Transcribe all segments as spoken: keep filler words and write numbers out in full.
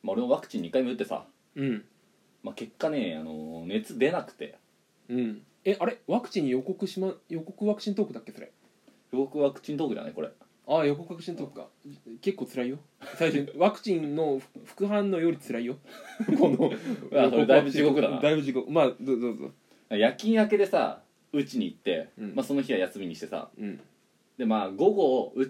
まあ、俺もワクチンにかいめ打ってさ、 うん。 まあ、結果ね、あのー熱出なくて。 うん。え、あれワクチン予告しま予告ワクチントークだっけそれ。 予告ワクチントークじゃないこれ。 ああ、予告ワクチントークか。結構辛いよ。最初ワクチンの副反応より辛いよ。このあそれだいぶ地獄だな。 だいぶ地獄。まあどうぞどうぞ。 夜勤明けでさ打ちに行って、 うんまあ、その日は休みにしてさ、 うん。 でまあ午後打って、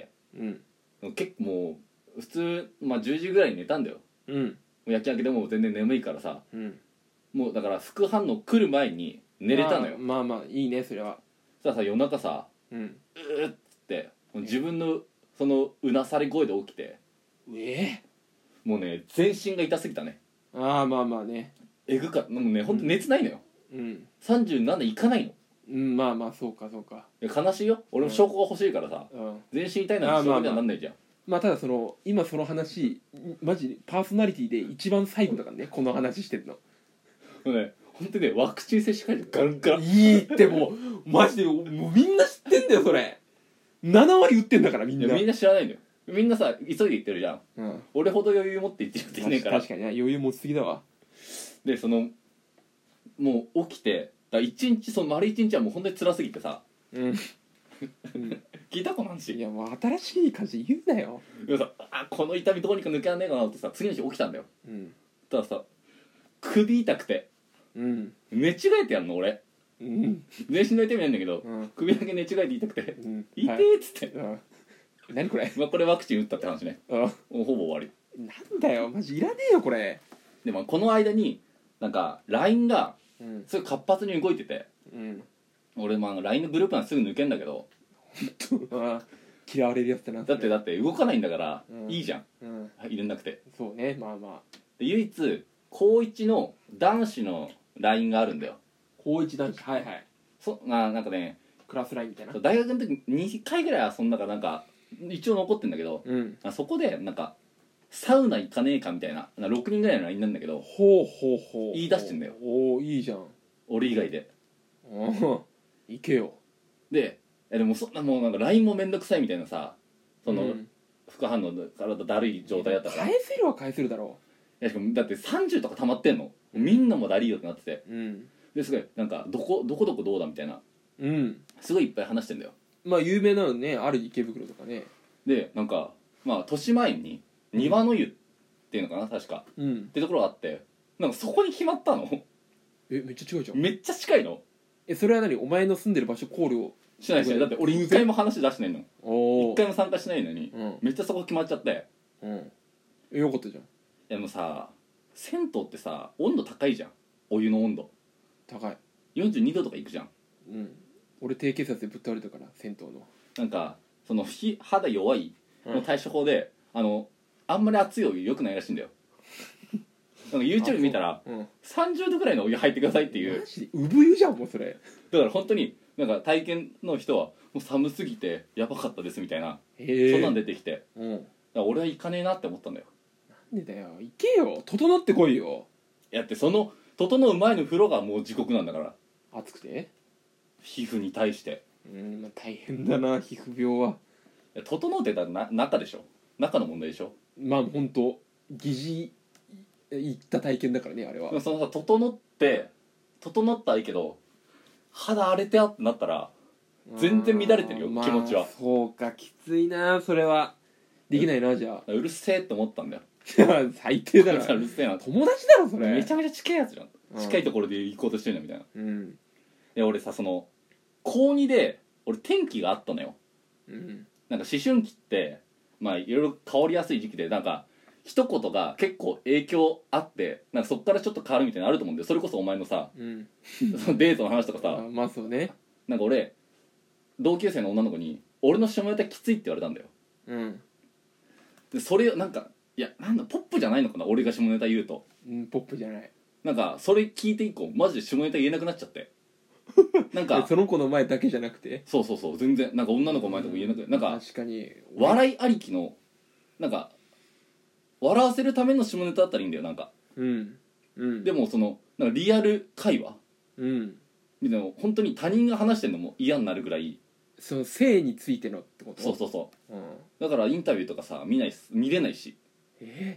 うん。 結構もう普通、まあ、じゅうじぐらいに寝たんだよ。 うん。 もう夜勤明けでもう全然眠いからさ、 うん。 もうだから副反応来る前に寝れたのよ。 まあまあまあいいねそれは。 そしたらさ夜中さうん。 うーっつってもう自分のそのうなされ声で起きて、 ええもうね全身が痛すぎたね。 ああまあまあね。 えぐかもうねほんと熱ないのよ。 うん。 さんじゅうなないかないの。 うん、まあまあそうかそうか。 いや悲しいよ。俺も証拠が欲しいからさ、 うん。 全身痛いなんて証拠にはなんないじゃん。 まあただその今その話マジパーソナリティで一番最後だからねこの話してるの。 もうね本当にねワクチン接種会場ガランガラン。 いいってもうマジでもうみんな知ってんだよそれ。なな割打ってんだからみんな。 いやみんな知らないんだよ。みんなさ急いで言ってるじゃん。 うん。 俺ほど余裕持って言ってる人いねえから。 確かにね余裕持ちすぎだわ。 でそのもう起きてだ一日その丸一日はもう本当に辛すぎてさ、 うん。うん、 聞いたこのい話。 やもう新しい感じ言うなよ。 でもさあこの痛みどうにか抜けらんねえかなってさ次の日起きたんだよ。 うんたださ首痛くてうん寝違えてやんの俺。 うん全身の痛みないんだけど、 うん首だけ寝違えて痛くてうん痛はいえっつって、 うん何これ。 まあこれワクチン打ったって話ね。 うんもうほぼ終わりなんだよマジいらねえよこれ。 でもこの間になんか ライン がうんすごい活発に動いてて、 うん俺もあの ライン のグループなんすぐ抜けんだけど、 あ嫌われるやつだな。 だってだって動かないんだから、 うんいいじゃんうん入れなくて。 そうねまあまあで唯一高いちの男子の ライン があるんだよ。 高一男子はいはいそあなんかねクラスラインみたいな。 大学の時にかいぐらい遊んだからなんか一応残ってんだけど、 うんあそこでなんかサウナ行かねえかみたいななんかろくにんぐらいの ライン なんだけど、 ほうほうほう言い出してんだよ。 おおいいじゃん。 俺以外で。 うん行けよ。 でえでもそんなもうなんか ライン もめんどくさいみたいなさ、その、 うん副反応で体だるい状態だったから。い返せるは返せるだろやしかもだってさんじゅうとか溜まってんの。みんなもだりーよってなってて、 う。うんですごいなんかどこどこどこどうだみたいなうんすごいいっぱい話してんだよ。 まあ有名なのねある池袋とかね。 でなんかまあ豊島園に庭の湯っていうのかな確かうんってところがあって、なんかそこに決まったの。 えめっちゃ違うじゃん。 めっちゃ近いの。 えそれは何お前の住んでる場所考慮。 しないしない。だって俺一回も話出してないの。 おお一回も参加しないのに、 うんめっちゃそこ決まっちゃって。 うんえよかったじゃん。 でもさ銭湯ってさ温度高いじゃん。お湯の温度高い。 よんじゅうにどとかいくじゃん。 うん俺低血圧でぶっ倒れたから銭湯の。 なんかそのひ肌弱いの対処法で、あのあんまり熱いお湯良くないらしいんだよ。なんか YouTube 見たらうんさんじゅうどぐらいのお湯入ってくださいっていう。 マジで産湯じゃんもうそれ。 だから本当になんか体験の人はもう寒すぎてやばかったですみたいな、 へえそんなん出てきて、だかうんら俺は行かねえなって思ったんだよ。 なんでだよ行けよ整ってこいよ。 いやってその整う前の風呂がもう地獄なんだから、 暑くて皮膚に対して。 うんまあ大変だな皮膚病は。 いや整うってたらな中でしょ。中の問題でしょ。 まあ本当疑似行った体験だからねあれはでも。そのさ整って整ったらいいけど肌荒れてあってなったら全然乱れてるよ、 まあ気持ちは。 そうかきついなそれは。できないなじゃうるせえって思ったんだよ。 あ最低だうな。 るせえな。 友達だろそれ。 めちゃめちゃ近いやつじゃん、 うん近いところで行こうとしてるんだみたいな。 うんで俺さその高にで俺転機があったのよ。 うんなんか思春期ってまあいろいろ変わりやすい時期で、なんか一言が結構影響あってなんかそっからちょっと変わるみたいなのあると思うんだよ。それこそお前のさうんそのデートの話とかさ、 あまあそうね。 なんか俺同級生の女の子に俺の下ネタきついって言われたんだよ。 うんでそれなんかいやなんだポップじゃないのかな俺が下ネタ言うと。 うんポップじゃない。 なんかそれ聞いて以降マジで下ネタ言えなくなっちゃってなんえかその子の前だけじゃなくて。 そうそうそう全然なんか女の子前とか言えなくて、なんか確かに笑いありきのなんか笑わせるための下ネタだったらいいんだよなんか。 うんうんでもそのなんかリアル会話うんみたいなの本当に他人が話してるのも嫌になるぐらい。 その性についてのってこと。 そうそうそうんうだからインタビューとかさ見ないっす見れないし。 えー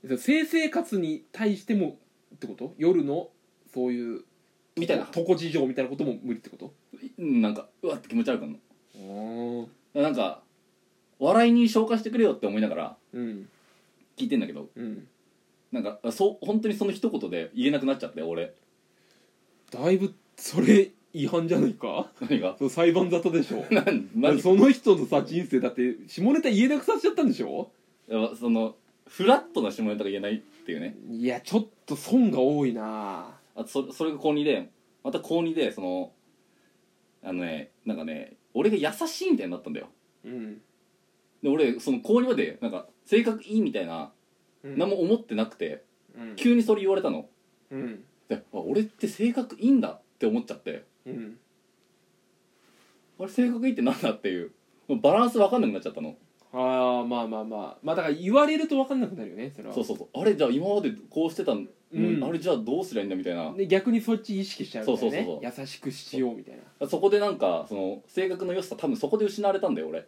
性生活に対してもってこと？夜のそういうみたいな床事情みたいなことも無理ってこと？ うんなんかうわって気持ち悪くなるおの。なんか笑いに消化してくれよって思いながらうん聞いてんだけど、 うんなんかそう本当にその一言で言えなくなっちゃって俺。 だいぶそれ違反じゃないか？ 何がそう裁判沙汰でしょ。 なん何その人のさ人生だって下ネタ言えなくさせちゃったんでしょ？ いやそのフラットな下ネタが言えないっていうね。 いやちょっと損が多いな。 あと そ, それが高にでまた高にでそのあのねなんかね俺が優しいみたいになったんだよ。 うんで俺その高にまでなんか性格いいみたいな、 うん、 何も思ってなくて、 うん、 急にそれ言われたの。 うんであ俺って性格いいんだって思っちゃって、 うんあれ性格いいってなんだっていうバランス分かんなくなっちゃったの。 ああまあまあまあまあだから言われると分かんなくなるよねそれは。 そうそうそうあれじゃあ今までこうしてたのに、 うんあれじゃあどうすりゃいいんだみたいな。 で逆にそっち意識しちゃうんだよね。 そうそうそうそ優しくしようみたいな。 そこでなんかその性格の良さ多分そこで失われたんだよ俺。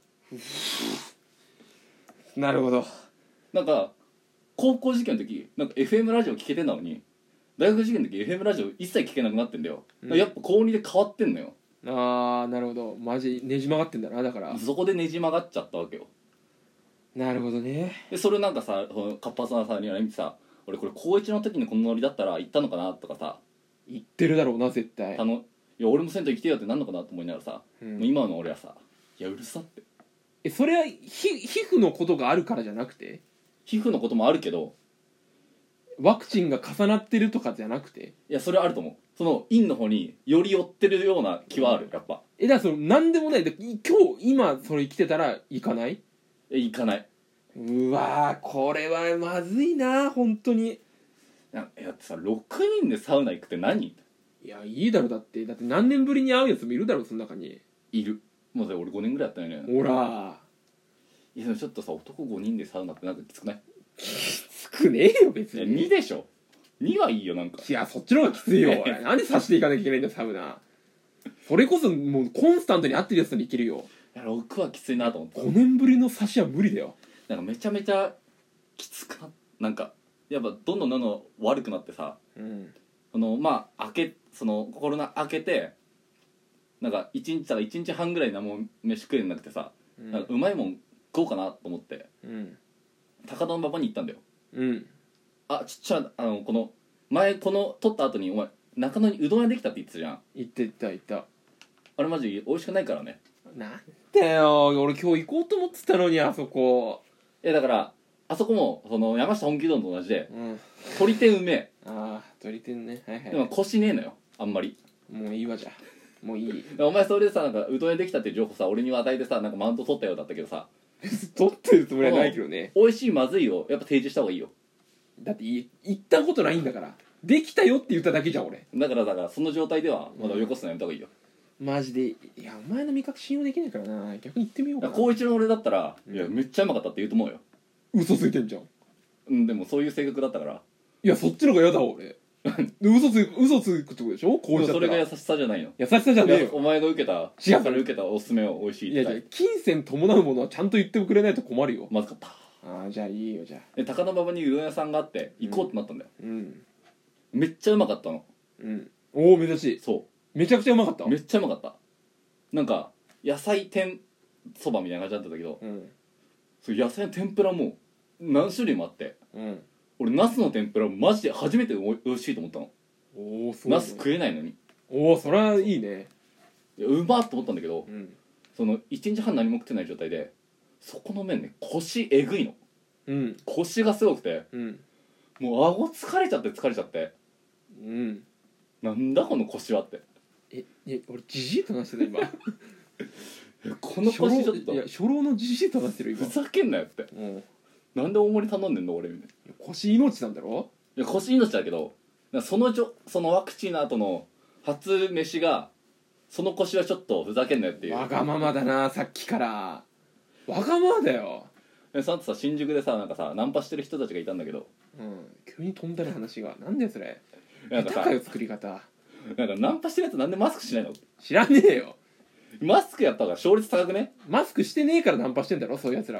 なるほど。 なんか高校受験の時なんか エフエム ラジオ聞けてんのに大学受験の時 エフエム ラジオ一切聞けなくなってんだよ、 うんやっぱ高にで変わってんのよ。 ああなるほどマジねじ曲がってんだなだから。 そこでねじ曲がっちゃったわけよ。 なるほどね。 でそれなんかさその活発なさには見てさ俺これ高いちの時にこのノリだったら行ったのかなとかさ言ってるだろうな絶対。 あのいや俺も銭湯行きてよってなんのかなと思いながらさ、 うんもう今の俺はさいやうるさって。 えそれはひ皮膚のことがあるからじゃなくて皮膚のこともあるけどワクチンが重なってるとかじゃなくていやそれはあると思う。その陰の方により寄ってるような気はあるやっぱ。 えだからその何でもないで今日今それ生きてたら行かない？ え行かない。 うわーこれはまずいな本当に。 いやだってさろくにんでサウナ行くって何いやいいだろだってだって何年ぶりに会うやつもいるだろその中に。 いる。もうそれ俺ごねんぐらいやったよね。 ほらいやでもちょっとさ男ごにんでサウナってなんかきつくない？ きつくねえよ別いやに。 にでしょ。にはいいよなんか。 いやそっちの方がきついよなんでさしていかなきゃいけないんだよサウナ。それこそもうコンスタントに会ってるやつに行けるよ。 いやろくはきついなと思って。 ごねんぶりの差しは無理だよ。 なんかめちゃめちゃきつくななんかやっぱどんどんどんどん悪くなってさうんそのまあ開けそのコロナ開けてなんかいちにちからいちにちはんぐらい何も飯食えなくてさ、 うんなんかうまいもん食おうかなと思ってうん高田馬場に行ったんだよ。 うんあちっちゃいあのこの前この撮った後にお前中野にうどん屋できたって言ってたじゃん。 行った行った行った。 あれマジ美味しくないからね。 なんだよ俺今日行こうと思ってたのにあそこ。 いやだからあそこもその山下本気うどんと同じでうん鶏天うめえ。 ああ鳥天ねはいはい。 でもコシねえのよあんまり。 もういいわじゃもういい。 お前それでさなんかうどん屋できたっていう情報さ俺に与えてさなんかマウント取ったようだったけどさ取ってるつもりはないけどね。 美味しいまずいをやっぱ提示した方がいいよ。 だってい行ったことないんだからできたよって言っただけじゃん俺。 だからだからその状態ではまだ追い越すのやめた方がいいよ。 マジでいやお前の味覚信用できないからな逆に行ってみようかな。 高一の俺だったら、 うんいやめっちゃうまかったって言うと思うよ。 嘘ついてんじゃん。 うんでもそういう性格だったからいやそっちの方が嫌だ俺嘘つ嘘つくってことでしょこうしちゃったら。 それが優しさじゃないの。 優しさじゃねえよ。 いやお前が受けた違うそれ受けたおすすめを美味しいいやいやって言った金銭伴うものはちゃんと言ってくれないと困るよ。 まずかった。 ああじゃあいいよじゃあ。 で高田馬場にうどん屋さんがあって行こうってなったんだよ、 うんめっちゃうまかったの。 うんおお珍しい。 そめちゃくちゃうまかった。 うめっちゃうまかった。なんか野菜天そばみたいな感じだったんだけど、 うんそう野菜の天ぷらも何種類もあってうん俺ナスの天ぷらマジで初めておい美味しいと思ったの。 おおそう、ね、 ナス食えないのにおおそれはいいね。 いやうまっと思ったんだけど、 うんそのいちにちはん何も食ってない状態でそこの麺ねコシえぐいの。 うんコシがすごくてうんもう顎疲れちゃって疲れちゃってうんなんだこのコシはって。 ええ俺ジジイと話してた今このコシちょっといや初老のジジイと話してるふ今。 ざけんなよってうんなんで大盛り頼んでんの俺みたいな。 腰命なんだろ。 いや腰命だけどそのじょそのワクチンの後の初飯がその腰はちょっとふざけんなよっていう。 わがままだなさっきからわがままだよ。 えその後さ新宿でさなんかさナンパしてる人たちがいたんだけどうん急に飛んだね話がなんだよそれ。 なんかさ下手かよ作り方。 なんかナンパしてるやつなんでマスクしないの。 知らねえよ。 マスクやった方が勝率高くね。 マスクしてねえからナンパしてんだろそういうやつらは。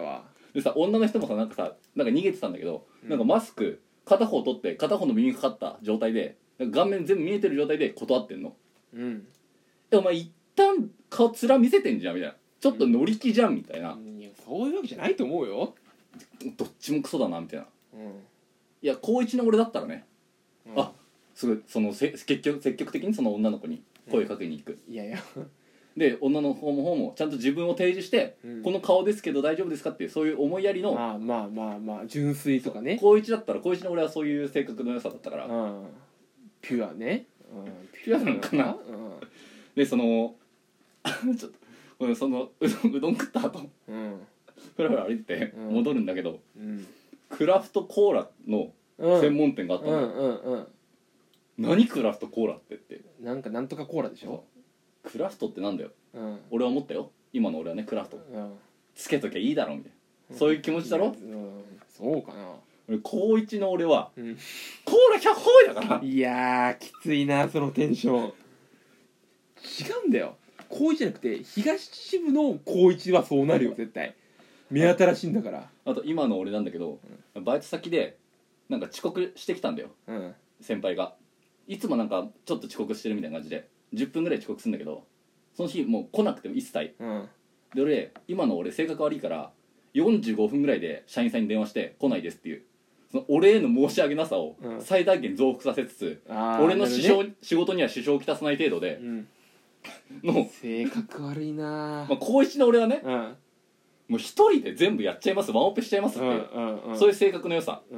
でさ女の人もさなんかさなんか逃げてたんだけど、 うん、 なんかマスク片方取って片方の耳かかった状態で顔面全部見えてる状態で断ってんの。 うんでお前一旦顔面見せてんじゃんみたいな、ちょっと乗り気じゃんみたいな、 うん、いやそういうわけじゃないと思うよ。 どっちもクソだなみたいな。 うんいや高一の俺だったらね、 うん、 あすごいそのせ積極積極的にその女の子に声かけに行く、 いやいやで女の方も方もちゃんと自分を提示して、 うん、 この顔ですけど大丈夫ですかっていうそういう思いやりの、 まあまあまあまあ純粋とかね、 高一だったら高一の俺はそういう性格の良さだったから、 うん、ピュアね、うん、 ピュアなのかな、 うん、 でそのちょっと俺そのうどんうどん食った後うんふらふら歩いて戻るんだけど、 うん、 クラフトコーラの専門店があったの、 うんうんうん、 何クラフトコーラってってなんかなんとかコーラでしょ。 クラフトってなんだよ、 うん、 俺は思ったよ今の俺はね。クラフト、 うん、 つけときゃいいだろみたいな、そういう気持ちだろ、 うん、そうかな。 俺高一の俺は、 うん、 コーラひゃっほいだから。 いやーきついなそのテンション。違うんだよ、高一じゃなくて東支部の高一はそうなるよ絶対。目新しいんだから。 あと今の俺なんだけど、うん、バイト先でなんか遅刻してきたんだよ、 うん、 先輩が。いつもなんかちょっと遅刻してるみたいな感じでじゅっぷんぐらい遅刻するんだけど、その日もう来なくても一切、 うん、 で俺今の俺性格悪いからよんじゅうごふんぐらいで社員さんに電話して来ないですっていう、その俺への申し訳なさを最大限増幅させつつ、うん、俺の支障、ね、仕事には支障をきたさない程度で、うん、の性格悪いな、 まあ、高一の俺はね、 うん、 もう一人で全部やっちゃいます、ワンオペしちゃいますっていう、うんうんうん、そういう性格の良さ、うん、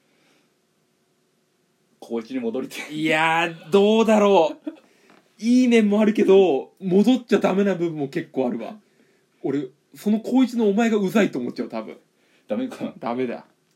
高一に戻りて。 いやーどうだろういい面もあるけど戻っちゃダメな部分も結構あるわ。俺その高一のお前がうざいと思っちゃう多分。 ダメかな。 ダメだ。